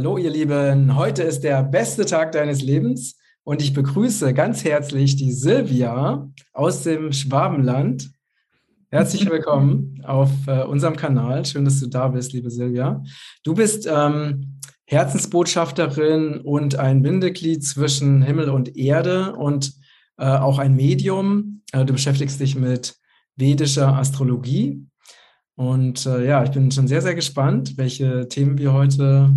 Hallo ihr Lieben, heute ist der beste Tag deines Lebens und ich begrüße ganz herzlich die Silvia aus dem Schwabenland. Herzlich willkommen auf unserem Kanal. Schön, dass du da bist, liebe Silvia. Du bist Herzensbotschafterin und ein Bindeglied zwischen Himmel und Erde und auch ein Medium. Du beschäftigst dich mit vedischer Astrologie. Und ja, ich bin schon sehr, sehr gespannt, welche Themen wir heute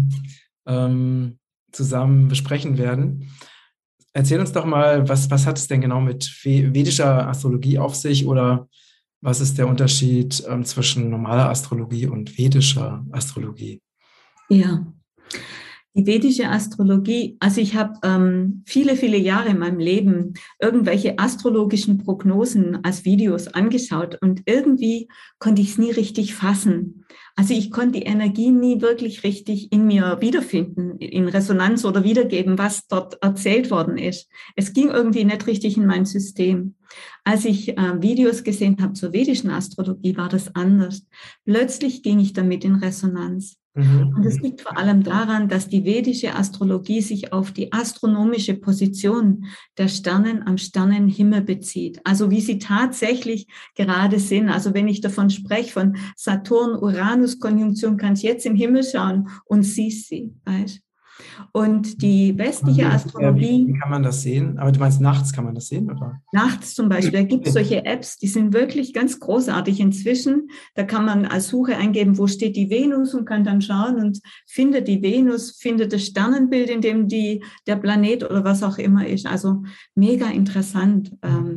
zusammen besprechen werden. Erzähl uns doch mal, was hat es denn genau mit vedischer Astrologie auf sich oder was ist der Unterschied zwischen normaler Astrologie und vedischer Astrologie? Ja, die vedische Astrologie, also ich habe viele, viele Jahre in meinem Leben irgendwelche astrologischen Prognosen als Videos angeschaut und irgendwie konnte ich es nie richtig fassen. Also ich konnte die Energie nie wirklich richtig in mir wiederfinden, in Resonanz oder wiedergeben, was dort erzählt worden ist. Es ging irgendwie nicht richtig in mein System. Als ich Videos gesehen habe zur vedischen Astrologie, war das anders. Plötzlich ging ich damit in Resonanz. Und es liegt vor allem daran, dass die vedische Astrologie sich auf die astronomische Position der Sternen am Sternenhimmel bezieht. Also wie sie tatsächlich gerade sind. Also wenn ich davon spreche, von Saturn-Uranus-Konjunktion, kannst du jetzt im Himmel schauen und siehst sie. Weißt? Und die Und westliche wie Astrologie, kann man das sehen? Aber du meinst, nachts kann man das sehen, oder? nachts zum Beispiel, da gibt es Okay. solche Apps, die sind wirklich ganz großartig inzwischen. Da kann man als Suche eingeben, wo steht die Venus und kann dann schauen und findet die Venus, findet das Sternenbild, in dem der Planet oder was auch immer ist. Also mega interessant.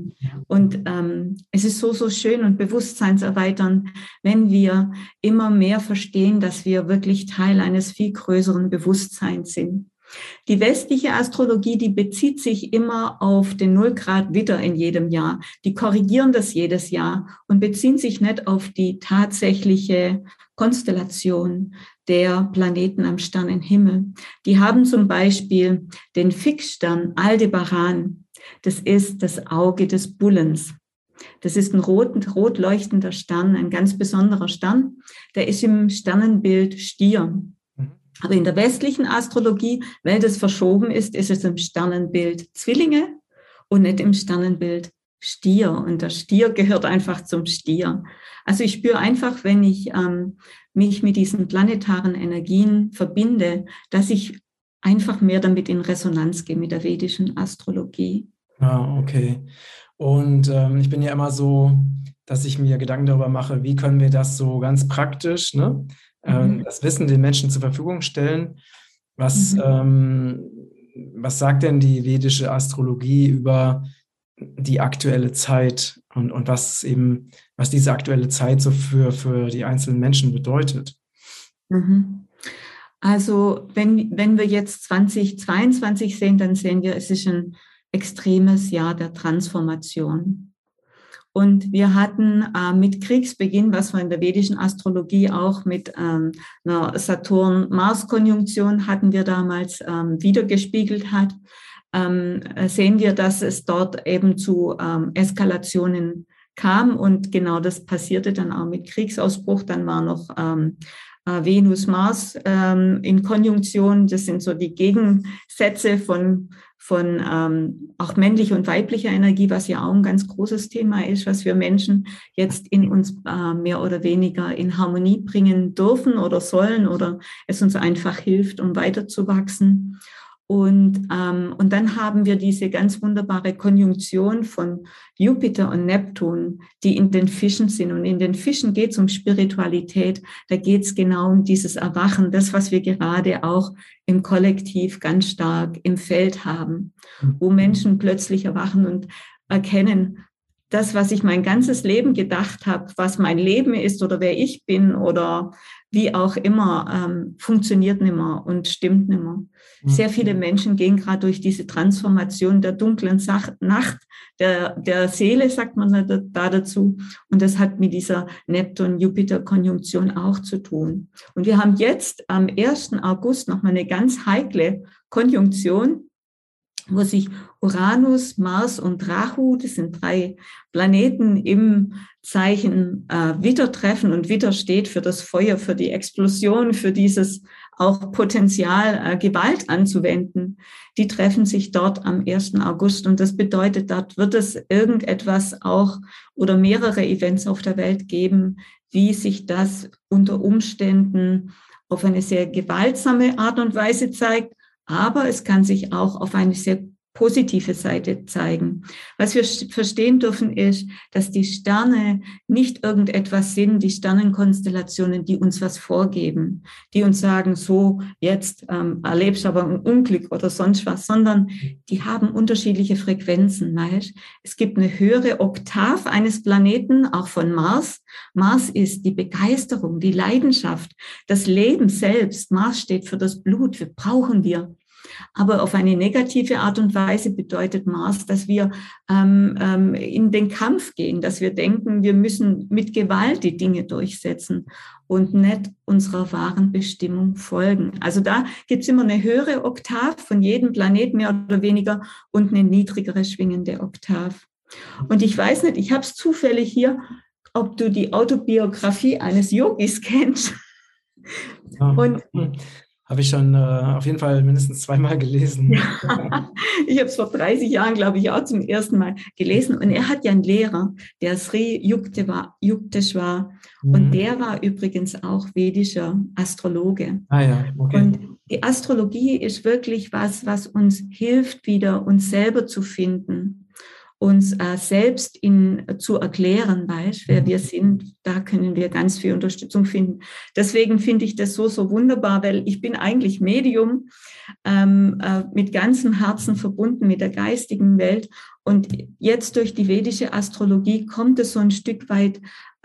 Und es ist so, so schön und bewusstseinserweiternd, wenn wir immer mehr verstehen, dass wir wirklich Teil eines viel größeren Bewusstseins sind. Die westliche Astrologie, die bezieht sich immer auf den Nullgrad Widder in jedem Jahr. Die korrigieren das jedes Jahr und beziehen sich nicht auf die tatsächliche Konstellation der Planeten am Sternenhimmel. Die haben zum Beispiel den Fixstern Aldebaran. Das ist das Auge des Bullens. Das ist ein rot leuchtender Stern, ein ganz besonderer Stern. Der ist im Sternenbild Stier. Aber in der westlichen Astrologie, weil das verschoben ist, ist es im Sternenbild Zwillinge und nicht im Sternenbild Stier. Und der Stier gehört einfach zum Stier. Also ich spüre einfach, wenn ich mich mit diesen planetaren Energien verbinde, dass ich einfach mehr damit in Resonanz gehe mit der vedischen Astrologie. Ah, okay. Und ich bin ja immer so, dass ich mir Gedanken darüber mache, wie können wir das so ganz praktisch, ne, Mhm. das Wissen den Menschen zur Verfügung stellen. Was, Mhm. was sagt denn die vedische Astrologie über die aktuelle Zeit und was diese aktuelle Zeit so für die einzelnen Menschen bedeutet? Mhm. Also wenn wir jetzt 2022 sehen, dann sehen wir, es ist ein extremes Jahr der Transformation. Und wir hatten mit Kriegsbeginn, was wir in der vedischen Astrologie auch mit einer Saturn-Mars-Konjunktion hatten wir damals wiedergespiegelt hat, sehen wir, dass es dort eben zu Eskalationen kam. Und genau das passierte dann auch mit Kriegsausbruch. Dann war noch Venus, Mars in Konjunktion. Das sind so die Gegensätze von auch männlicher und weiblicher Energie, was ja auch ein ganz großes Thema ist, was wir Menschen jetzt in uns mehr oder weniger in Harmonie bringen dürfen oder sollen oder es uns einfach hilft, um weiterzuwachsen. Und dann haben wir diese ganz wunderbare Konjunktion von Jupiter und Neptun, die in den Fischen sind. Und in den Fischen geht es um Spiritualität. Da geht es genau um dieses Erwachen, das, was wir gerade auch im Kollektiv ganz stark im Feld haben, wo Menschen plötzlich erwachen und erkennen, das, was ich mein ganzes Leben gedacht habe, was mein Leben ist oder wer ich bin oder wie auch immer, funktioniert nicht mehr und stimmt nicht mehr. Sehr viele Menschen gehen gerade durch diese Transformation der dunklen Nacht, der Seele, sagt man da dazu. Und das hat mit dieser Neptun-Jupiter-Konjunktion auch zu tun. Und wir haben jetzt am 1. August nochmal eine ganz heikle Konjunktion, wo sich Uranus, Mars und Rahu, das sind 3 Planeten im Zeichen Widder treffen. Und Widder steht für das Feuer, für die Explosion, für dieses auch Potenzial, Gewalt anzuwenden, die treffen sich dort am 1. August. Und das bedeutet, dort wird es irgendetwas auch oder mehrere Events auf der Welt geben, wie sich das unter Umständen auf eine sehr gewaltsame Art und Weise zeigt, aber es kann sich auch auf eine sehr positive Seite zeigen. Was wir verstehen dürfen ist, dass die Sterne nicht irgendetwas sind, die Sternenkonstellationen, die uns was vorgeben, die uns sagen, so jetzt erlebst du aber ein Unglück oder sonst was, sondern die haben unterschiedliche Frequenzen. Weißt? Es gibt eine höhere Oktav eines Planeten, auch von Mars. Mars ist die Begeisterung, die Leidenschaft, das Leben selbst. Mars steht für das Blut, wir brauchen wir. Aber auf eine negative Art und Weise bedeutet Mars, dass wir in den Kampf gehen, dass wir denken, wir müssen mit Gewalt die Dinge durchsetzen und nicht unserer wahren Bestimmung folgen. Also da gibt es immer eine höhere Oktav von jedem Planet mehr oder weniger und eine niedrigere schwingende Oktav. Und ich weiß nicht, ich habe es zufällig hier, ob du die Autobiografie eines Yogis kennst. Ja. Und habe ich schon auf jeden Fall mindestens 2-mal gelesen. Ja, ich habe es vor 30 Jahren, glaube ich, auch zum ersten Mal gelesen. Und er hat ja einen Lehrer, der Sri Yukteswar. Und der war übrigens auch vedischer Astrologe. Ah ja, okay. Und die Astrologie ist wirklich was uns hilft, wieder uns selber zu finden, uns selbst zu erklären, weißt, wer wir sind. Da können wir ganz viel Unterstützung finden. Deswegen finde ich das so wunderbar, weil ich bin eigentlich Medium, mit ganzem Herzen verbunden mit der geistigen Welt. Und jetzt durch die vedische Astrologie kommt es so ein Stück weit,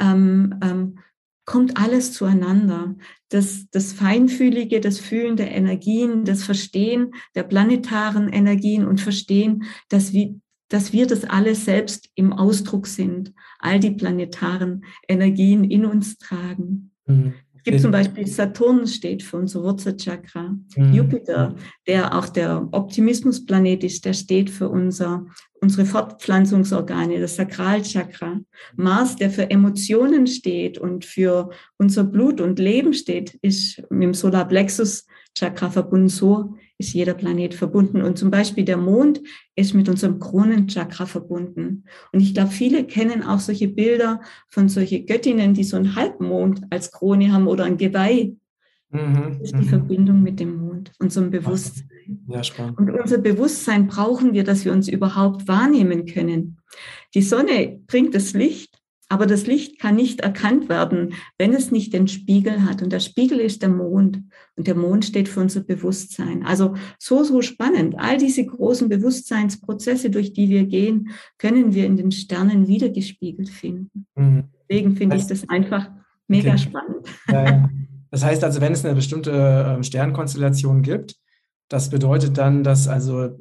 kommt alles zueinander. Das Feinfühlige, das Fühlen der Energien, das Verstehen der planetaren Energien und Verstehen, dass wir das alles selbst im Ausdruck sind, all die planetaren Energien in uns tragen. Es gibt zum Beispiel Saturn steht für unser Wurzelchakra, Jupiter, der auch der Optimismusplanet ist, der steht für unsere Fortpflanzungsorgane, das Sakralchakra. Mars, der für Emotionen steht und für unser Blut und Leben steht, ist mit dem Solarplexus-Chakra verbunden. So ist jeder Planet verbunden. Und zum Beispiel der Mond ist mit unserem Kronenchakra verbunden. Und ich glaube, viele kennen auch solche Bilder von solchen Göttinnen, die so einen Halbmond als Krone haben oder ein Geweih. Das ist die Verbindung mit dem Mond, unserem Bewusstsein. Ja, spannend. Und unser Bewusstsein brauchen wir, dass wir uns überhaupt wahrnehmen können. Die Sonne bringt das Licht, aber das Licht kann nicht erkannt werden, wenn es nicht den Spiegel hat. Und der Spiegel ist der Mond. Und der Mond steht für unser Bewusstsein. Also so spannend. All diese großen Bewusstseinsprozesse, durch die wir gehen, können wir in den Sternen wiedergespiegelt finden. Deswegen finde ich das einfach mega spannend. Ja. Das heißt also, wenn es eine bestimmte Sternkonstellation gibt, das bedeutet dann, dass also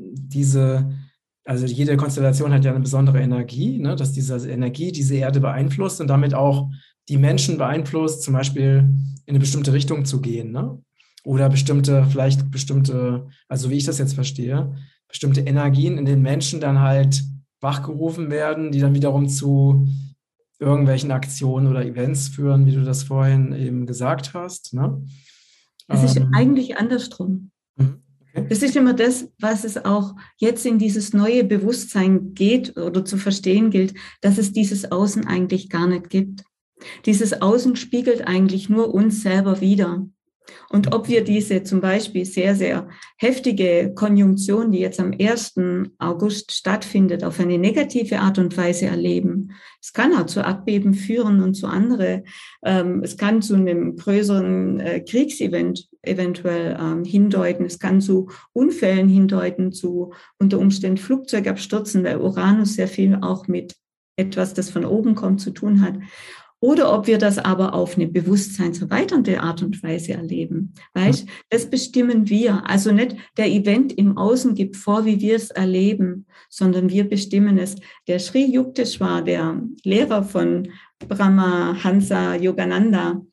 jede Konstellation hat ja eine besondere Energie, ne, dass diese Energie diese Erde beeinflusst und damit auch die Menschen beeinflusst, zum Beispiel in eine bestimmte Richtung zu gehen, ne? Oder vielleicht bestimmte, also wie ich das jetzt verstehe, bestimmte Energien in den Menschen dann halt wachgerufen werden, die dann wiederum zu irgendwelchen Aktionen oder Events führen, wie du das vorhin eben gesagt hast. Ne? Es ist eigentlich andersrum. Okay. Das ist immer das, was es auch jetzt in dieses neue Bewusstsein geht oder zu verstehen gilt, dass es dieses Außen eigentlich gar nicht gibt. Dieses Außen spiegelt eigentlich nur uns selber wider. Und ob wir diese zum Beispiel sehr, sehr heftige Konjunktion, die jetzt am 1. August stattfindet, auf eine negative Art und Weise erleben, es kann auch zu Erdbeben führen und zu andere, es kann zu einem größeren Kriegsevent eventuell hindeuten, es kann zu Unfällen hindeuten, zu unter Umständen Flugzeugabstürzen, weil Uranus sehr viel auch mit etwas, das von oben kommt, zu tun hat. Oder ob wir das aber auf eine bewusstseinserweiternde Art und Weise erleben. Weißt, das bestimmen wir. Also nicht der Event im Außen gibt vor, wie wir es erleben, sondern wir bestimmen es. Der Sri Yukteswar, der Lehrer von Paramahansa Yogananda,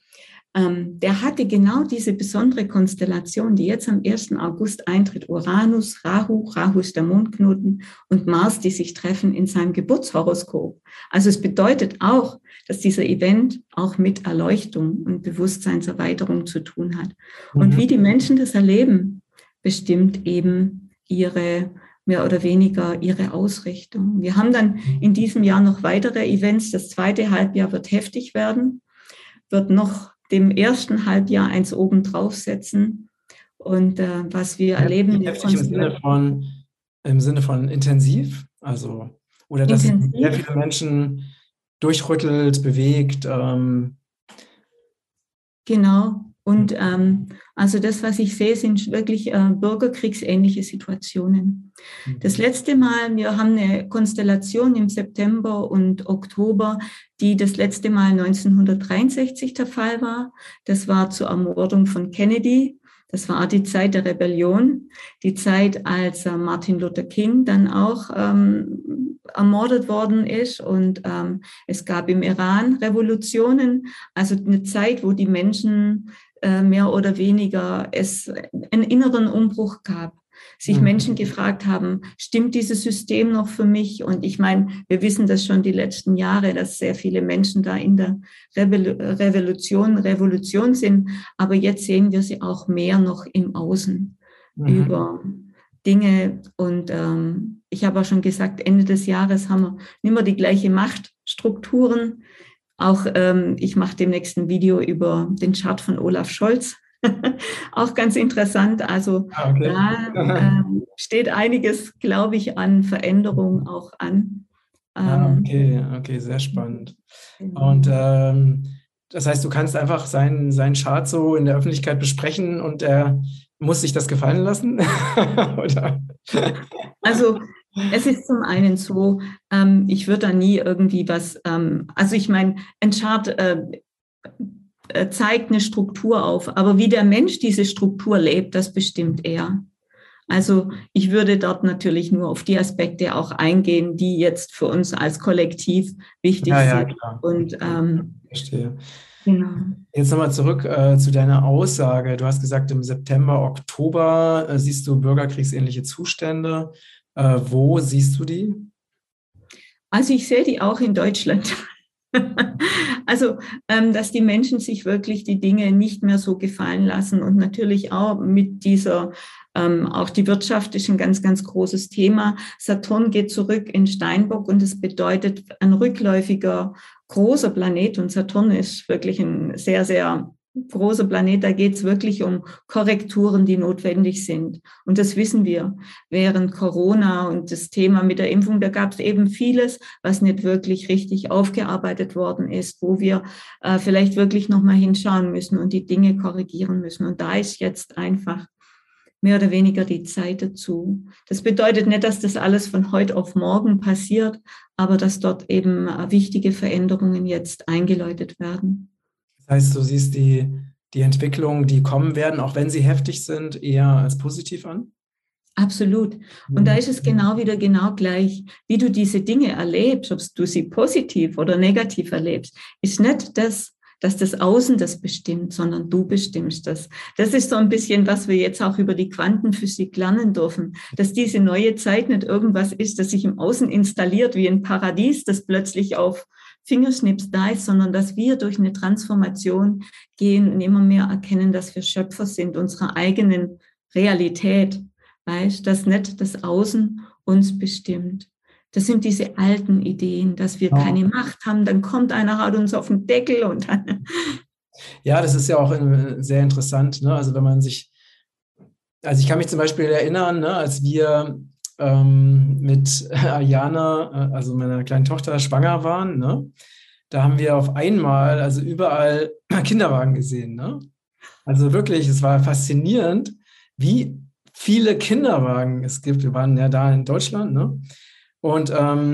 der hatte genau diese besondere Konstellation, die jetzt am 1. August eintritt. Uranus, Rahu ist der Mondknoten und Mars, die sich treffen in seinem Geburtshoroskop. Also es bedeutet auch, dass dieser Event auch mit Erleuchtung und Bewusstseinserweiterung zu tun hat. Und wie die Menschen das erleben, bestimmt eben mehr oder weniger ihre Ausrichtung. Wir haben dann in diesem Jahr noch weitere Events. Das zweite Halbjahr wird heftig werden, wird noch dem ersten Halbjahr eins oben draufsetzen. Und was wir erleben... Heftig im Sinne von intensiv? Also, oder dass es sehr viele Menschen durchrüttelt, bewegt? Genau. Und also das, was ich sehe, sind wirklich bürgerkriegsähnliche Situationen. Das letzte Mal, wir haben eine Konstellation im September und Oktober, die das letzte Mal 1963 der Fall war. Das war zur Ermordung von Kennedy. Das war die Zeit der Rebellion, die Zeit, als Martin Luther King dann auch ermordet worden ist. Und es gab im Iran Revolutionen, also eine Zeit, wo die Menschen mehr oder weniger einen inneren Umbruch gab. Sich Menschen gefragt haben, stimmt dieses System noch für mich? Und ich meine, wir wissen das schon die letzten Jahre, dass sehr viele Menschen da in der Revolution sind. Aber jetzt sehen wir sie auch mehr noch im Außen über Dinge. Und ich habe auch schon gesagt, Ende des Jahres haben wir nicht mehr die gleiche Machtstrukturen. Auch ich mache demnächst ein Video über den Chart von Olaf Scholz. Auch ganz interessant. Also da steht einiges, glaube ich, an Veränderungen auch an. Okay, sehr spannend. Und das heißt, du kannst einfach seinen Chart so in der Öffentlichkeit besprechen und er muss sich das gefallen lassen? Oder? Also es ist zum einen so, ich würde da nie irgendwie was, also ich meine, ein Chart zeigt eine Struktur auf, aber wie der Mensch diese Struktur lebt, das bestimmt er. Also ich würde dort natürlich nur auf die Aspekte auch eingehen, die jetzt für uns als Kollektiv wichtig sind. Klar. Und verstehe. Genau. Jetzt nochmal zurück zu deiner Aussage. Du hast gesagt, im September, Oktober siehst du bürgerkriegsähnliche Zustände. Wo siehst du die? Also ich sehe die auch in Deutschland. Also, dass die Menschen sich wirklich die Dinge nicht mehr so gefallen lassen und natürlich auch mit dieser, auch die Wirtschaft ist ein ganz, ganz großes Thema. Saturn geht zurück in Steinbock und es bedeutet ein rückläufiger, großer Planet und Saturn ist wirklich ein sehr, sehr großer Planet, da geht es wirklich um Korrekturen, die notwendig sind. Und das wissen wir. Während Corona und das Thema mit der Impfung, da gab es eben vieles, was nicht wirklich richtig aufgearbeitet worden ist, wo wir vielleicht wirklich nochmal hinschauen müssen und die Dinge korrigieren müssen. Und da ist jetzt einfach mehr oder weniger die Zeit dazu. Das bedeutet nicht, dass das alles von heute auf morgen passiert, aber dass dort eben wichtige Veränderungen jetzt eingeläutet werden. Das heißt, du siehst die Entwicklungen, die kommen werden, auch wenn sie heftig sind, eher als positiv an? Absolut. Und da ist es genau gleich, wie du diese Dinge erlebst, ob du sie positiv oder negativ erlebst, ist nicht das, dass das Außen das bestimmt, sondern du bestimmst das. Das ist so ein bisschen, was wir jetzt auch über die Quantenphysik lernen dürfen, dass diese neue Zeit nicht irgendwas ist, das sich im Außen installiert wie ein Paradies, das plötzlich auf Fingerschnips da ist, sondern dass wir durch eine Transformation gehen und immer mehr erkennen, dass wir Schöpfer sind unserer eigenen Realität. Weißt, dass nicht das Außen uns bestimmt. Das sind diese alten Ideen, dass wir keine Macht haben, dann kommt einer, haut uns auf den Deckel und dann. Ja, das ist ja auch sehr interessant, ne? Also wenn man sich, also ich kann mich zum Beispiel erinnern, ne, als wir mit Ayana, also meiner kleinen Tochter, schwanger waren, ne? Da haben wir auf einmal, also überall Kinderwagen gesehen, ne? Also wirklich, es war faszinierend, wie viele Kinderwagen es gibt. Wir waren ja da in Deutschland, ne? Und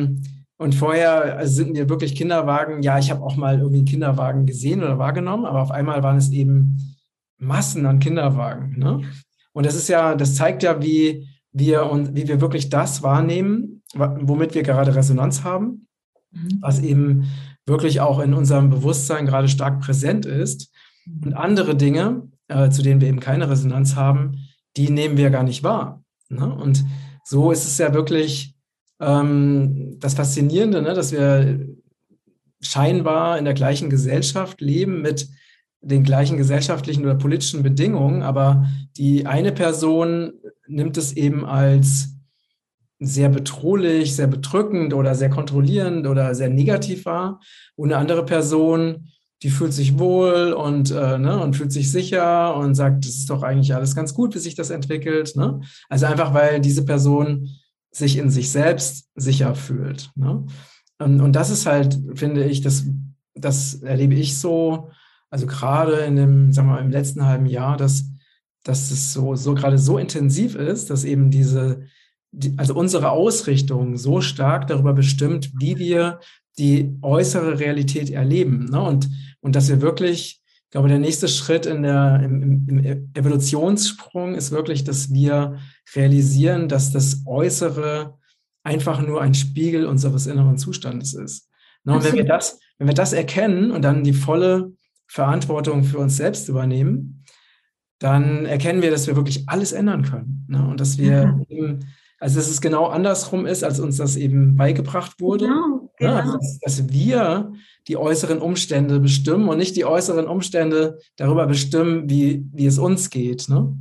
vorher also sind mir wirklich Kinderwagen, ja, ich habe auch mal irgendwie einen Kinderwagen gesehen oder wahrgenommen, aber auf einmal waren es eben Massen an Kinderwagen, ne? Und das zeigt ja, wie wir wirklich das wahrnehmen, womit wir gerade Resonanz haben, was eben wirklich auch in unserem Bewusstsein gerade stark präsent ist. Und andere Dinge, zu denen wir eben keine Resonanz haben, die nehmen wir gar nicht wahr. Ne? Und so ist es ja wirklich das Faszinierende, ne? Dass wir scheinbar in der gleichen Gesellschaft leben mit den gleichen gesellschaftlichen oder politischen Bedingungen, aber die eine Person nimmt es eben als sehr bedrohlich, sehr bedrückend oder sehr kontrollierend oder sehr negativ wahr. Und eine andere Person, die fühlt sich wohl und fühlt sich sicher und sagt, das ist doch eigentlich alles ganz gut, wie sich das entwickelt. Ne? Also einfach, weil diese Person sich in sich selbst sicher fühlt. Ne? Und das ist halt, finde ich, das erlebe ich so, also gerade sagen wir mal, im letzten halben Jahr, dass es so gerade so intensiv ist, dass eben also unsere Ausrichtung so stark darüber bestimmt, wie wir die äußere Realität erleben. Ne? Und dass wir wirklich, ich glaube, der nächste Schritt im Evolutionssprung ist wirklich, dass wir realisieren, dass das Äußere einfach nur ein Spiegel unseres inneren Zustandes ist. Ne? Und wenn wir das erkennen und dann die volle Verantwortung für uns selbst übernehmen, dann erkennen wir, dass wir wirklich alles ändern können. Ne? Und dass wir eben, also dass es genau andersrum ist, als uns das eben beigebracht wurde. Genau, Ne? Also genau. dass wir die äußeren Umstände bestimmen und nicht die äußeren Umstände darüber bestimmen, wie es uns geht. Ne?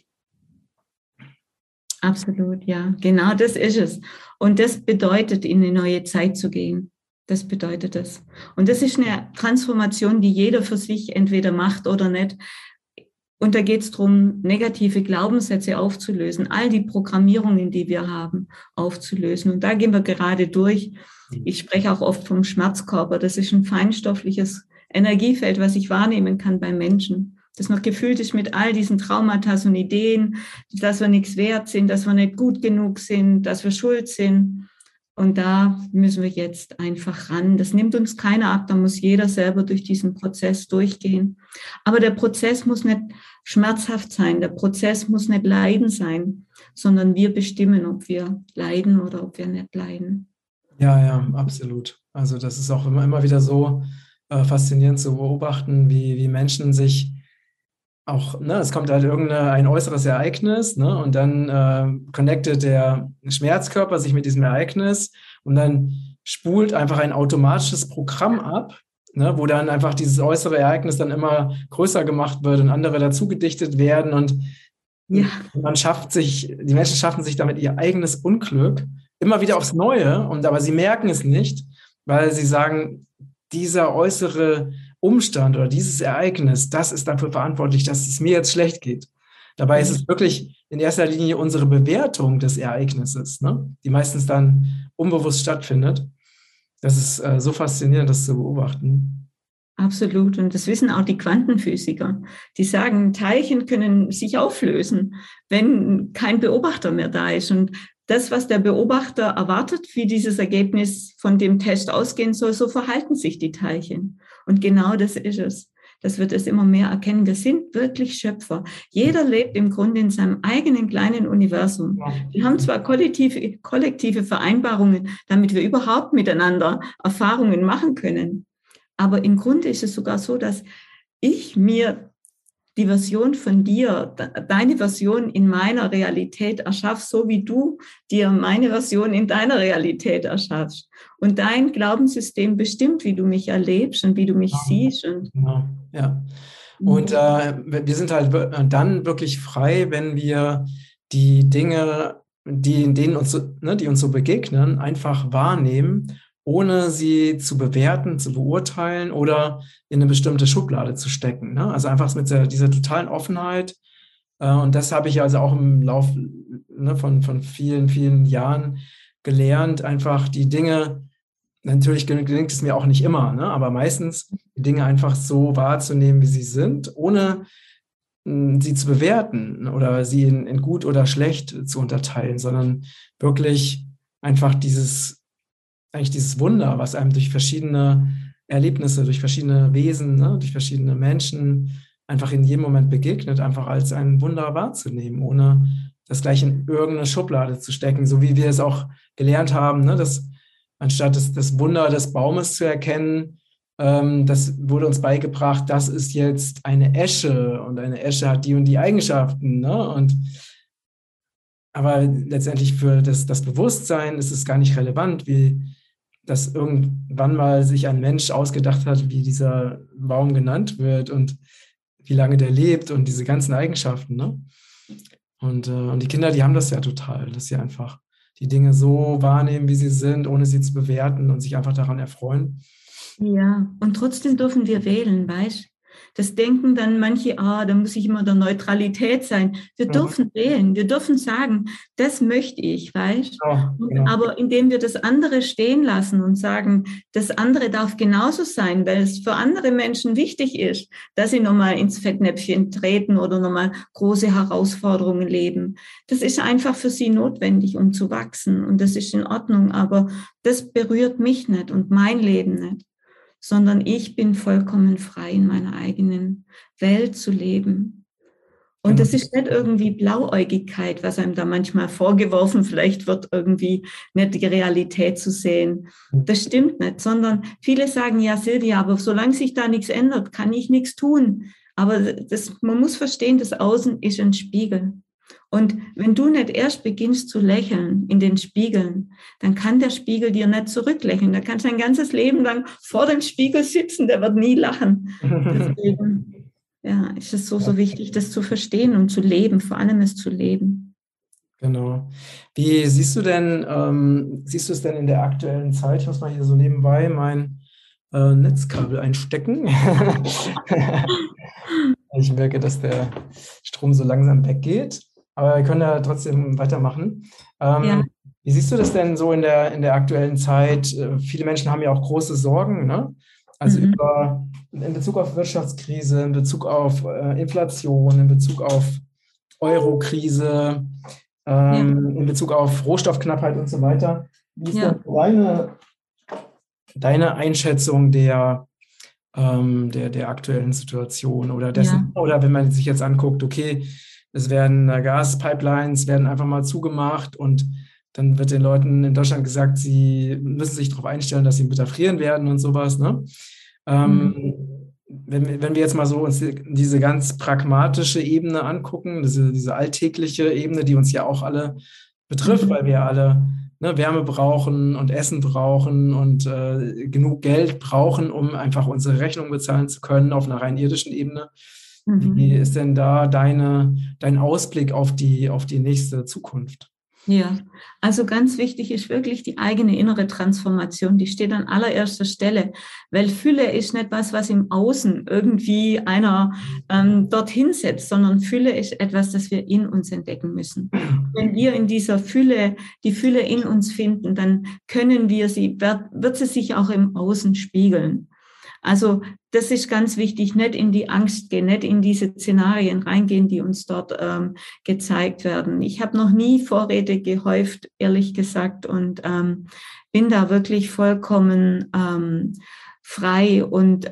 Absolut, ja. Genau das ist es. Und das bedeutet, in eine neue Zeit zu gehen. Das bedeutet es. Und das ist eine Transformation, die jeder für sich entweder macht oder nicht. Und da geht es darum, negative Glaubenssätze aufzulösen, all die Programmierungen, die wir haben, aufzulösen. Und da gehen wir gerade durch. Ich spreche auch oft vom Schmerzkörper. Das ist ein feinstoffliches Energiefeld, was ich wahrnehmen kann bei Menschen, das noch gefüllt ist mit all diesen Traumata und Ideen, dass wir nichts wert sind, dass wir nicht gut genug sind, dass wir schuld sind. Und da müssen wir jetzt einfach ran. Das nimmt uns keiner ab, da muss jeder selber durch diesen Prozess durchgehen. Aber der Prozess muss nicht schmerzhaft sein, der Prozess muss nicht Leiden sein, sondern wir bestimmen, ob wir leiden oder ob wir nicht leiden. Ja, absolut. Also das ist auch immer wieder so faszinierend zu beobachten, wie Menschen sich auch, ne, es kommt halt ein äußeres Ereignis, ne, und dann connectet der Schmerzkörper sich mit diesem Ereignis und dann spult einfach ein automatisches Programm ab, ne, wo dann einfach dieses äußere Ereignis dann immer größer gemacht wird und andere dazu gedichtet werden und Ja. die Menschen schaffen sich damit ihr eigenes Unglück immer wieder aufs Neue, aber sie merken es nicht, weil sie sagen, dieser äußere Umstand oder dieses Ereignis, das ist dafür verantwortlich, dass es mir jetzt schlecht geht. Dabei ist es wirklich in erster Linie unsere Bewertung des Ereignisses, ne, die meistens dann unbewusst stattfindet. Das ist so faszinierend, das zu beobachten. Absolut. Und das wissen auch die Quantenphysiker. Die sagen, Teilchen können sich auflösen, wenn kein Beobachter mehr da ist. Und das, was der Beobachter erwartet, wie dieses Ergebnis von dem Test ausgehen soll, so verhalten sich die Teilchen. Und genau das ist es. Das wird es immer mehr erkennen. Wir sind wirklich Schöpfer. Jeder lebt im Grunde in seinem eigenen kleinen Universum. Wir haben zwar kollektive Vereinbarungen, damit wir überhaupt miteinander Erfahrungen machen können. Aber im Grunde ist es sogar so, dass ich mir die Version von dir, deine Version in meiner Realität erschaffe, so wie du dir meine Version in deiner Realität erschaffst. Und dein Glaubenssystem bestimmt, wie du mich erlebst und wie du mich siehst. Genau, ja. Und wir sind halt dann wirklich frei, wenn wir die Dinge, die uns so begegnen, einfach wahrnehmen, ohne sie zu bewerten, zu beurteilen oder in eine bestimmte Schublade zu stecken. Ne? Also einfach mit dieser totalen Offenheit. Und das habe ich also auch im Laufe, ne, von vielen, vielen Jahren gelernt, einfach die Dinge, natürlich gelingt es mir auch nicht immer, ne, aber meistens die Dinge einfach so wahrzunehmen, wie sie sind, ohne sie zu bewerten oder sie in gut oder schlecht zu unterteilen, sondern wirklich einfach dieses Wunder, was einem durch verschiedene Erlebnisse, durch verschiedene Wesen, ne, durch verschiedene Menschen einfach in jedem Moment begegnet, einfach als ein Wunder wahrzunehmen, ohne das gleich in irgendeine Schublade zu stecken, so wie wir es auch gelernt haben, ne, dass anstatt das Wunder des Baumes zu erkennen, das wurde uns beigebracht, das ist jetzt eine Esche und eine Esche hat die und die Eigenschaften, ne? Aber letztendlich für das Bewusstsein ist es gar nicht relevant, wie dass irgendwann mal sich ein Mensch ausgedacht hat, wie dieser Baum genannt wird und wie lange der lebt und diese ganzen Eigenschaften, ne? Und die Kinder, die haben das ja total, dass sie einfach die Dinge so wahrnehmen, wie sie sind, ohne sie zu bewerten und sich einfach daran erfreuen. Ja, und trotzdem dürfen wir wählen, weißt du? Das denken dann manche, da muss ich immer der Neutralität sein. Wir dürfen wählen, wir dürfen sagen, das möchte ich, weißt du? Genau. Aber indem wir das andere stehen lassen und sagen, das andere darf genauso sein, weil es für andere Menschen wichtig ist, dass sie nochmal ins Fettnäpfchen treten oder nochmal große Herausforderungen leben. Das ist einfach für sie notwendig, um zu wachsen. Und das ist in Ordnung, aber das berührt mich nicht und mein Leben nicht, sondern ich bin vollkommen frei in meiner eigenen Welt zu leben. Und das ist nicht irgendwie Blauäugigkeit, was einem da manchmal vorgeworfen vielleicht wird, irgendwie nicht die Realität zu sehen. Das stimmt nicht, sondern viele sagen, ja Silvia, aber solange sich da nichts ändert, kann ich nichts tun. Aber man muss verstehen, das Außen ist ein Spiegel. Und wenn du nicht erst beginnst zu lächeln in den Spiegeln, dann kann der Spiegel dir nicht zurücklächeln. Da kannst du dein ganzes Leben lang vor dem Spiegel sitzen, der wird nie lachen. Deswegen ist es so wichtig, das zu verstehen und zu leben, vor allem es zu leben. Genau. Wie siehst du es denn in der aktuellen Zeit? Ich muss mal hier so nebenbei mein Netzkabel einstecken. Ich merke, dass der Strom so langsam weggeht. Aber wir können da trotzdem weitermachen. Wie siehst du das denn so in der aktuellen Zeit? Viele Menschen haben ja auch große Sorgen, ne? Also in Bezug auf Wirtschaftskrise, in Bezug auf Inflation, in Bezug auf Euro-Krise, in Bezug auf Rohstoffknappheit und so weiter. Wie ist denn deine Einschätzung der aktuellen Situation oder dessen, oder wenn man sich jetzt anguckt, okay, es werden Gaspipelines werden einfach mal zugemacht und dann wird den Leuten in Deutschland gesagt, sie müssen sich darauf einstellen, dass sie mit erfrieren werden und sowas, ne? Wenn wir jetzt mal so uns diese ganz pragmatische Ebene angucken, diese alltägliche Ebene, die uns ja auch alle betrifft, weil wir ja alle Wärme brauchen und Essen brauchen und genug Geld brauchen, um einfach unsere Rechnung bezahlen zu können auf einer rein irdischen Ebene. Wie ist denn da dein Ausblick auf die nächste Zukunft? Ja, also ganz wichtig ist wirklich die eigene innere Transformation. Die steht an allererster Stelle, weil Fülle ist nicht was im Außen irgendwie einer dorthin setzt, sondern Fülle ist etwas, das wir in uns entdecken müssen. Wenn wir in dieser Fülle, die Fülle in uns finden, dann können wir wird sie sich auch im Außen spiegeln. Also das ist ganz wichtig, nicht in die Angst gehen, nicht in diese Szenarien reingehen, die uns dort gezeigt werden. Ich habe noch nie Vorräte gehäuft, ehrlich gesagt, und bin da wirklich vollkommen frei. Und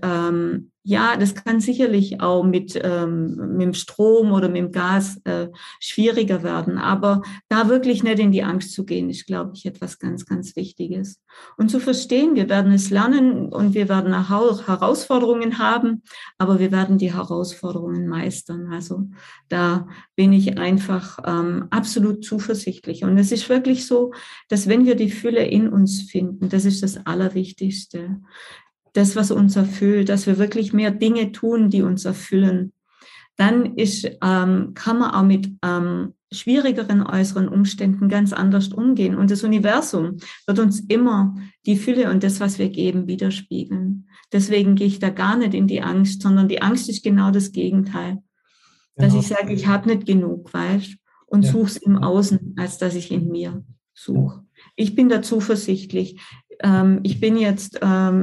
das kann sicherlich auch mit dem Strom oder mit dem Gas schwieriger werden. Aber da wirklich nicht in die Angst zu gehen, ist, glaube ich, etwas ganz, ganz Wichtiges. Und zu verstehen, wir werden es lernen und wir werden auch Herausforderungen haben, aber wir werden die Herausforderungen meistern. Also da bin ich einfach absolut zuversichtlich. Und es ist wirklich so, dass wenn wir die Fülle in uns finden, das ist das Allerwichtigste. Das, was uns erfüllt, dass wir wirklich mehr Dinge tun, die uns erfüllen, dann kann man auch mit schwierigeren äußeren Umständen ganz anders umgehen. Und das Universum wird uns immer die Fülle und das, was wir geben, widerspiegeln. Deswegen gehe ich da gar nicht in die Angst, sondern die Angst ist genau das Gegenteil. Dass ich sage, ich habe nicht genug, weißt du, und suche es im Außen, als dass ich in mir suche. Ich bin da zuversichtlich. Ich bin jetzt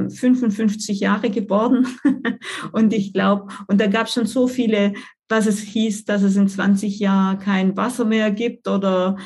55 Jahre geworden und ich glaube, und da gab es schon so viele, was es hieß, dass es in 20 Jahren kein Wasser mehr gibt oder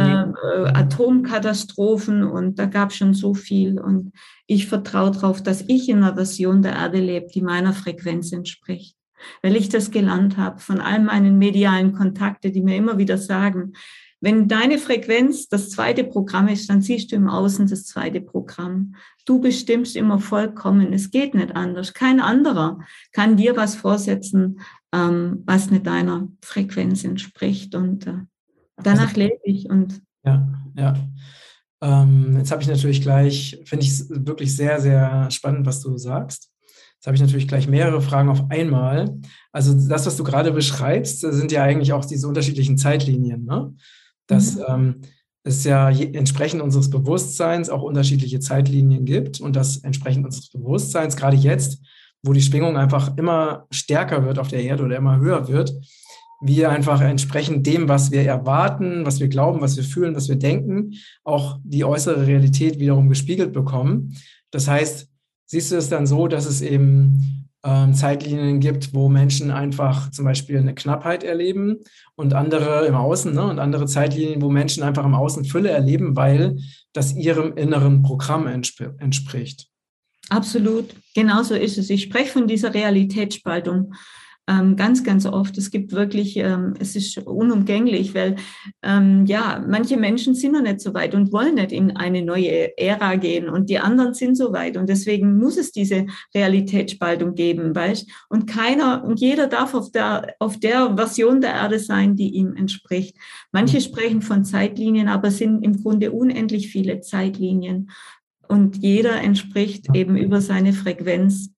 Atomkatastrophen, und da gab es schon so viel, und ich vertraue darauf, dass ich in einer Version der Erde lebe, die meiner Frequenz entspricht, weil ich das gelernt habe von all meinen medialen Kontakten, die mir immer wieder sagen, wenn deine Frequenz das zweite Programm ist, dann siehst du im Außen das zweite Programm. Du bestimmst immer vollkommen. Es geht nicht anders. Kein anderer kann dir was vorsetzen, was nicht deiner Frequenz entspricht. Und danach lebe ich. Und ja, ja. Jetzt habe ich natürlich gleich, finde ich es wirklich sehr, sehr spannend, was du sagst. Jetzt habe ich natürlich gleich mehrere Fragen auf einmal. Also das, was du gerade beschreibst, sind ja eigentlich auch diese unterschiedlichen Zeitlinien, ne? Dass es ja entsprechend unseres Bewusstseins auch unterschiedliche Zeitlinien gibt und dass entsprechend unseres Bewusstseins, gerade jetzt, wo die Schwingung einfach immer stärker wird auf der Erde oder immer höher wird, wir einfach entsprechend dem, was wir erwarten, was wir glauben, was wir fühlen, was wir denken, auch die äußere Realität wiederum gespiegelt bekommen. Das heißt, siehst du es dann so, dass es eben Zeitlinien gibt, wo Menschen einfach zum Beispiel eine Knappheit erleben und andere im Außen, ne, und andere Zeitlinien, wo Menschen einfach im Außen Fülle erleben, weil das ihrem inneren Programm entspricht. absolut, genauso ist es. Ich spreche von dieser Realitätsspaltung. Ganz, ganz oft. Es gibt wirklich, es ist unumgänglich, weil manche Menschen sind noch nicht so weit und wollen nicht in eine neue Ära gehen und die anderen sind so weit und deswegen muss es diese Realitätsspaltung geben, weißt? Und jeder darf auf der Version der Erde sein, die ihm entspricht. Manche sprechen von Zeitlinien, aber es sind im Grunde unendlich viele Zeitlinien und jeder entspricht eben über seine Frequenz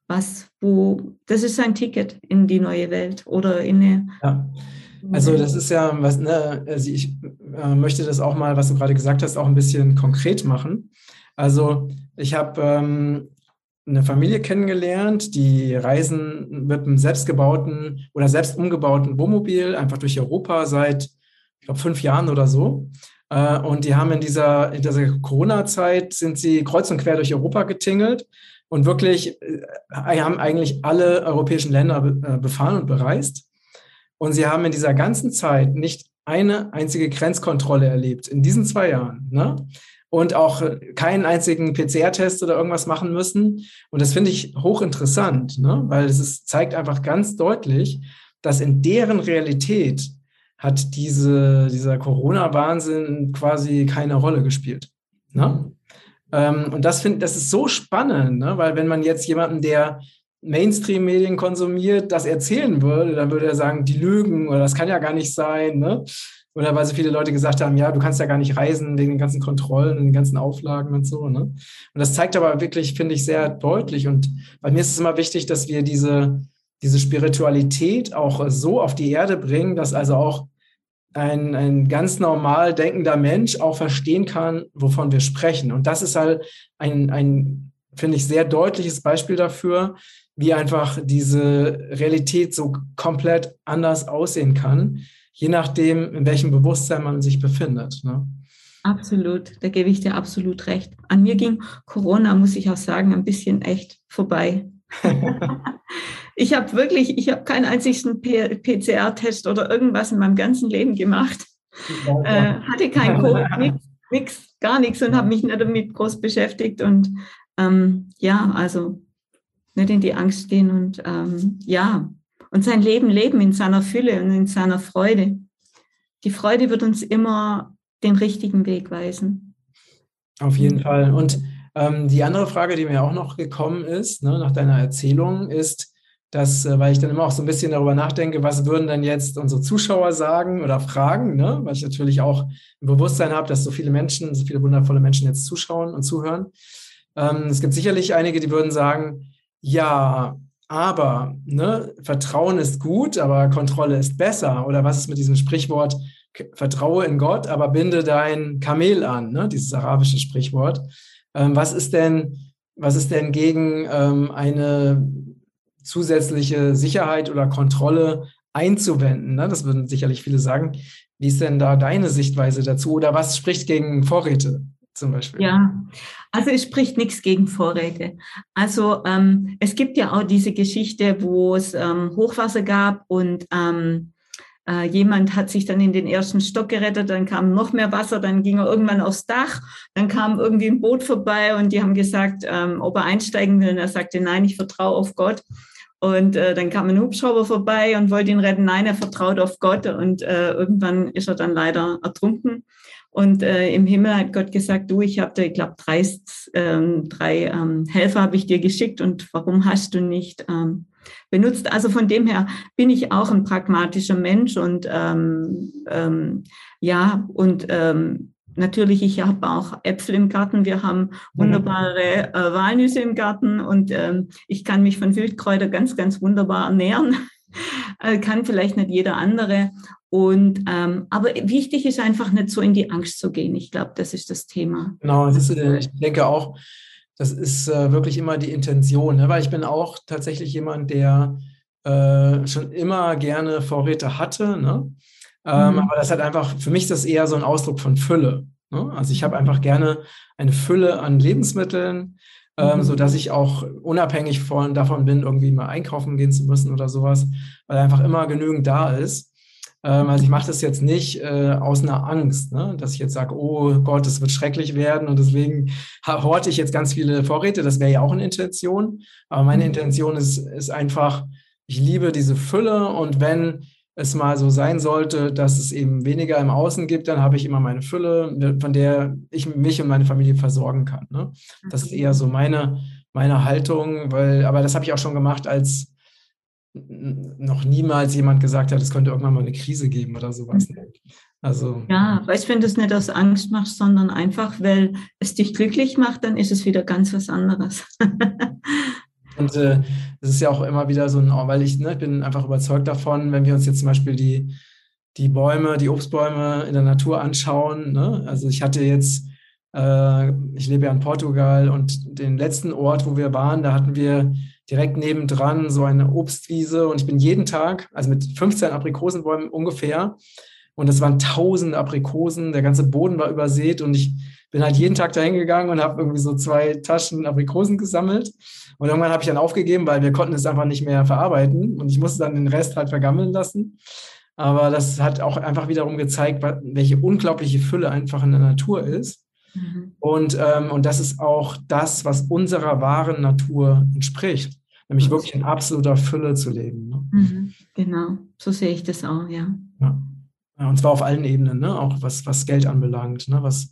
das ist sein Ticket in die neue Welt oder in eine. Ja, also das ist ja was, ne, also ich möchte das auch mal, was du gerade gesagt hast, auch ein bisschen konkret machen. Also ich habe eine Familie kennengelernt, die reisen mit einem selbstgebauten oder selbst umgebauten Wohnmobil einfach durch Europa seit, ich glaube, 5 Jahren oder so. Und die haben in dieser Corona-Zeit sind sie kreuz und quer durch Europa getingelt. Und wirklich haben eigentlich alle europäischen Länder befahren und bereist. Und sie haben in dieser ganzen Zeit nicht eine einzige Grenzkontrolle erlebt, in diesen 2 Jahren. Ne? Und auch keinen einzigen PCR-Test oder irgendwas machen müssen. Und das finde ich hochinteressant, ne? Weil zeigt einfach ganz deutlich, dass in deren Realität hat dieser Corona-Wahnsinn quasi keine Rolle gespielt. Ne? Und das ist so spannend, ne? Weil wenn man jetzt jemanden, der Mainstream-Medien konsumiert, das erzählen würde, dann würde er sagen, die lügen oder das kann ja gar nicht sein, ne? Oder weil so viele Leute gesagt haben, ja, du kannst ja gar nicht reisen wegen den ganzen Kontrollen und den ganzen Auflagen und so, ne? Und das zeigt aber wirklich, finde ich, sehr deutlich. Und bei mir ist es immer wichtig, dass wir diese Spiritualität auch so auf die Erde bringen, dass also auch ein ganz normal denkender Mensch auch verstehen kann, wovon wir sprechen. Und das ist halt ein finde ich, sehr deutliches Beispiel dafür, wie einfach diese Realität so komplett anders aussehen kann, je nachdem, in welchem Bewusstsein man sich befindet. Ne? Absolut, da gebe ich dir absolut recht. An mir ging Corona, muss ich auch sagen, ein bisschen echt vorbei. Ich habe keinen einzigen PCR-Test oder irgendwas in meinem ganzen Leben gemacht. Hatte kein Covid, gar nichts und habe mich nicht damit groß beschäftigt und also nicht in die Angst gehen und und sein Leben leben in seiner Fülle und in seiner Freude. Die Freude wird uns immer den richtigen Weg weisen. Auf jeden Fall. Und die andere Frage, die mir auch noch gekommen ist, ne, nach deiner Erzählung, ist, dass, weil ich dann immer auch so ein bisschen darüber nachdenke, was würden denn jetzt unsere Zuschauer sagen oder fragen, ne? Weil ich natürlich auch ein Bewusstsein habe, dass so viele wundervolle Menschen jetzt zuschauen und zuhören. Es gibt sicherlich einige, die würden sagen, ja, aber ne, Vertrauen ist gut, aber Kontrolle ist besser. Oder was ist mit diesem Sprichwort, vertraue in Gott, aber binde dein Kamel an, ne? Dieses arabische Sprichwort. Was ist denn gegen eine zusätzliche Sicherheit oder Kontrolle einzuwenden? Ne? Das würden sicherlich viele sagen. Wie ist denn da deine Sichtweise dazu? Oder was spricht gegen Vorräte zum Beispiel? Ja, also es spricht nichts gegen Vorräte. Also es gibt ja auch diese Geschichte, wo es Hochwasser gab und jemand hat sich dann in den ersten Stock gerettet, dann kam noch mehr Wasser, dann ging er irgendwann aufs Dach, dann kam irgendwie ein Boot vorbei und die haben gesagt, ob er einsteigen will und er sagte, nein, ich vertraue auf Gott. Und dann kam ein Hubschrauber vorbei und wollte ihn retten. Nein, er vertraut auf Gott und irgendwann ist er dann leider ertrunken. Und im Himmel hat Gott gesagt, du, ich habe dir, ich glaube, drei Helfer habe ich dir geschickt und warum hast du nicht benutzt? Also von dem her bin ich auch ein pragmatischer Mensch und natürlich, ich habe auch Äpfel im Garten. Wir haben wunderbare Walnüsse im Garten und ich kann mich von Wildkräuter ganz, ganz wunderbar ernähren. Kann vielleicht nicht jeder andere. Und aber wichtig ist einfach nicht so in die Angst zu gehen. Ich glaube, das ist das Thema. Genau, ich denke auch, das ist wirklich immer die Intention, ne? Weil ich bin auch tatsächlich jemand, der schon immer gerne Vorräte hatte, ne? Aber das hat einfach, für mich ist das eher so ein Ausdruck von Fülle, ne? Also ich habe einfach gerne eine Fülle an Lebensmitteln, sodass ich auch unabhängig davon bin, irgendwie mal einkaufen gehen zu müssen oder sowas, weil einfach immer genügend da ist. Also ich mache das jetzt nicht aus einer Angst, ne? Dass ich jetzt sage, oh Gott, es wird schrecklich werden und deswegen horte ich jetzt ganz viele Vorräte. Das wäre ja auch eine Intention. Aber meine Intention ist einfach, ich liebe diese Fülle und wenn es mal so sein sollte, dass es eben weniger im Außen gibt, dann habe ich immer meine Fülle, von der ich mich und meine Familie versorgen kann, ne? Das ist eher so meine Haltung, aber das habe ich auch schon gemacht, als noch niemals jemand gesagt hat, es könnte irgendwann mal eine Krise geben oder sowas. Also, ja, weißt du, wenn du es nicht aus Angst machst, sondern einfach, weil es dich glücklich macht, dann ist es wieder ganz was anderes. und es ist ja auch immer wieder so weil ich bin einfach überzeugt davon, wenn wir uns jetzt zum Beispiel die Bäume, die Obstbäume in der Natur anschauen, ne? Also ich hatte jetzt, ich lebe ja in Portugal und den letzten Ort, wo wir waren, da hatten wir direkt nebendran so eine Obstwiese und ich bin jeden Tag, also mit 15 Aprikosenbäumen ungefähr, und es waren tausende Aprikosen, der ganze Boden war übersät und ich bin halt jeden Tag dahin gegangen und habe irgendwie so 2 Taschen Aprikosen gesammelt. Und irgendwann habe ich dann aufgegeben, weil wir konnten es einfach nicht mehr verarbeiten und ich musste dann den Rest halt vergammeln lassen. Aber das hat auch einfach wiederum gezeigt, welche unglaubliche Fülle einfach in der Natur ist. Und das ist auch das, was unserer wahren Natur entspricht, nämlich wirklich in absoluter Fülle zu leben, ne? Genau, so sehe ich das auch, ja. Ja. Ja, und zwar auf allen Ebenen, ne? Auch was Geld anbelangt, ne? Was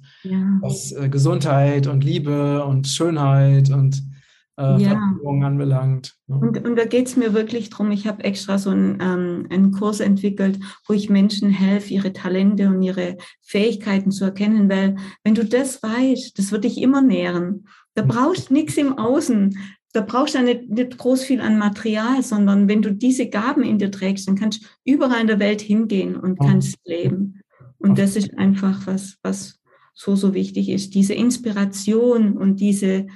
Gesundheit und Liebe und Schönheit und Veränderungen anbelangt, ne? Und da geht es mir wirklich drum. Ich habe extra so einen Kurs entwickelt, wo ich Menschen helfe, ihre Talente und ihre Fähigkeiten zu erkennen, weil wenn du das weißt, das wird dich immer nähren. Da brauchst du nichts im Außen. Da brauchst du nicht groß viel an Material, sondern wenn du diese Gaben in dir trägst, dann kannst du überall in der Welt hingehen und kannst leben. Und das ist einfach was so wichtig ist. Diese Inspiration und diese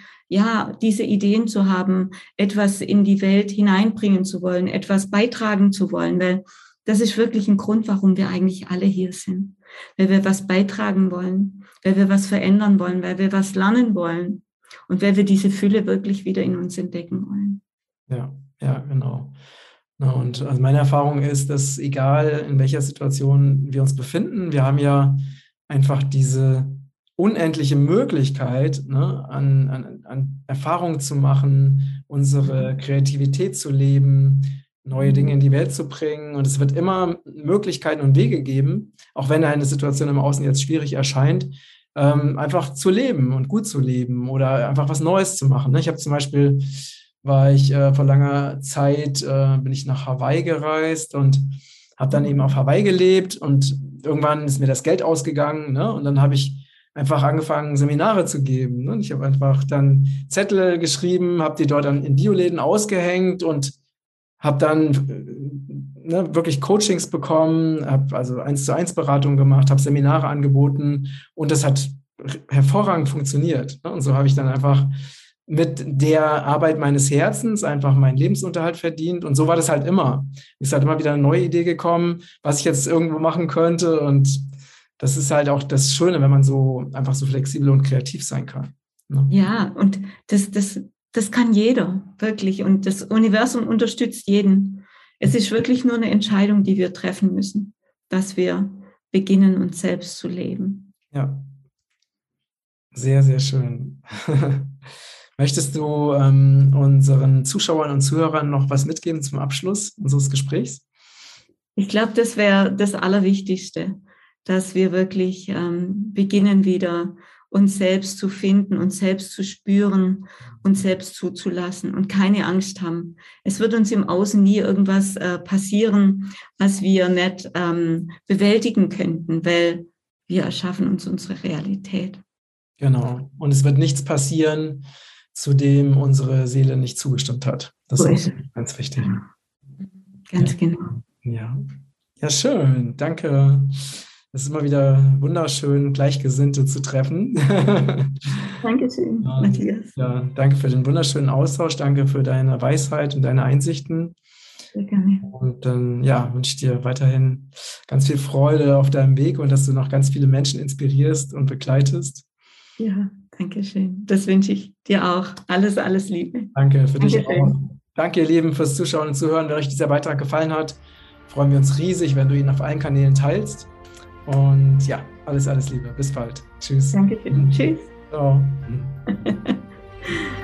Ideen zu haben, etwas in die Welt hineinbringen zu wollen, etwas beitragen zu wollen, weil das ist wirklich ein Grund, warum wir eigentlich alle hier sind. Weil wir was beitragen wollen, weil wir was verändern wollen, weil wir was lernen wollen und weil wir diese Fülle wirklich wieder in uns entdecken wollen. Ja, genau. Und also meine Erfahrung ist, dass egal in welcher Situation wir uns befinden, wir haben ja einfach diese unendliche Möglichkeit, ne, an Erfahrungen zu machen, unsere Kreativität zu leben, neue Dinge in die Welt zu bringen. Und es wird immer Möglichkeiten und Wege geben, auch wenn eine Situation im Außen jetzt schwierig erscheint, einfach zu leben und gut zu leben oder einfach was Neues zu machen. Ich habe zum Beispiel, war ich vor langer Zeit, bin ich nach Hawaii gereist und habe dann eben auf Hawaii gelebt und irgendwann ist mir das Geld ausgegangen, ne? Und dann habe ich einfach angefangen, Seminare zu geben, ne? Und ich habe einfach dann Zettel geschrieben, habe die dort dann in Bioläden ausgehängt und habe dann wirklich Coachings bekommen, habe also 1:1 Beratung gemacht, habe Seminare angeboten und das hat hervorragend funktioniert, ne? Und so habe ich dann einfach mit der Arbeit meines Herzens einfach meinen Lebensunterhalt verdient. Und so war das halt immer. Ist halt immer wieder eine neue Idee gekommen, was ich jetzt irgendwo machen könnte. Und das ist halt auch das Schöne, wenn man so einfach so flexibel und kreativ sein kann, ne? Ja, und das kann jeder, wirklich. Und das Universum unterstützt jeden. Es ist wirklich nur eine Entscheidung, die wir treffen müssen, dass wir beginnen, uns selbst zu leben. Ja, sehr, sehr schön. Möchtest du unseren Zuschauern und Zuhörern noch was mitgeben zum Abschluss unseres Gesprächs? Ich glaube, das wäre das Allerwichtigste, dass wir wirklich beginnen, wieder uns selbst zu finden, uns selbst zu spüren, uns selbst zuzulassen und keine Angst haben. Es wird uns im Außen nie irgendwas passieren, was wir nicht bewältigen könnten, weil wir erschaffen uns unsere Realität. Genau. Und es wird nichts passieren, zu dem unsere Seele nicht zugestimmt hat. Das ist auch ganz wichtig. Ja. Ganz genau. Ja. Ja, schön. Danke. Es ist immer wieder wunderschön, Gleichgesinnte zu treffen. Dankeschön, Matthias. Ja, danke für den wunderschönen Austausch. Danke für deine Weisheit und deine Einsichten. Sehr gerne. Und dann wünsche ich dir weiterhin ganz viel Freude auf deinem Weg und dass du noch ganz viele Menschen inspirierst und begleitest. Ja, danke schön. Das wünsche ich dir auch. Alles, alles Liebe. Danke für dich auch. Danke, ihr Lieben, fürs Zuschauen und Zuhören. Wenn euch dieser Beitrag gefallen hat, freuen wir uns riesig, wenn du ihn auf allen Kanälen teilst. Und ja, alles, alles Liebe. Bis bald. Tschüss. Dankeschön. Tschüss. Ciao.